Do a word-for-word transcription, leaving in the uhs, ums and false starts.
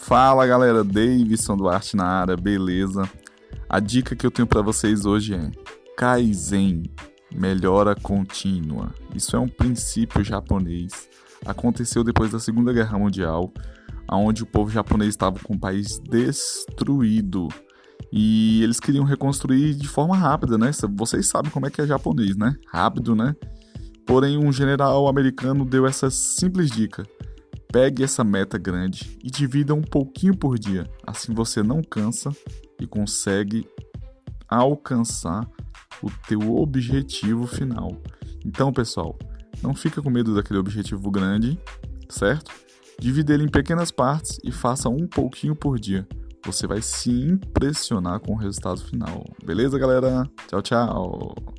Fala galera, Davidson Duarte na área, beleza? A dica que eu tenho para vocês hoje é Kaizen, melhora contínua. Isso é um princípio japonês. Aconteceu depois da Segunda Guerra Mundial, onde o povo japonês estava com o país destruído e eles queriam reconstruir de forma rápida, né? Vocês sabem como é que é japonês, né? Rápido, né? Porém, um general americano deu essa simples dica: pegue essa meta grande e divida um pouquinho por dia. Assim você não cansa e consegue alcançar o teu objetivo final. Então, pessoal, não fica com medo daquele objetivo grande, certo? Divida ele em pequenas partes e faça um pouquinho por dia. Você vai se impressionar com o resultado final. Beleza, galera? Tchau, tchau!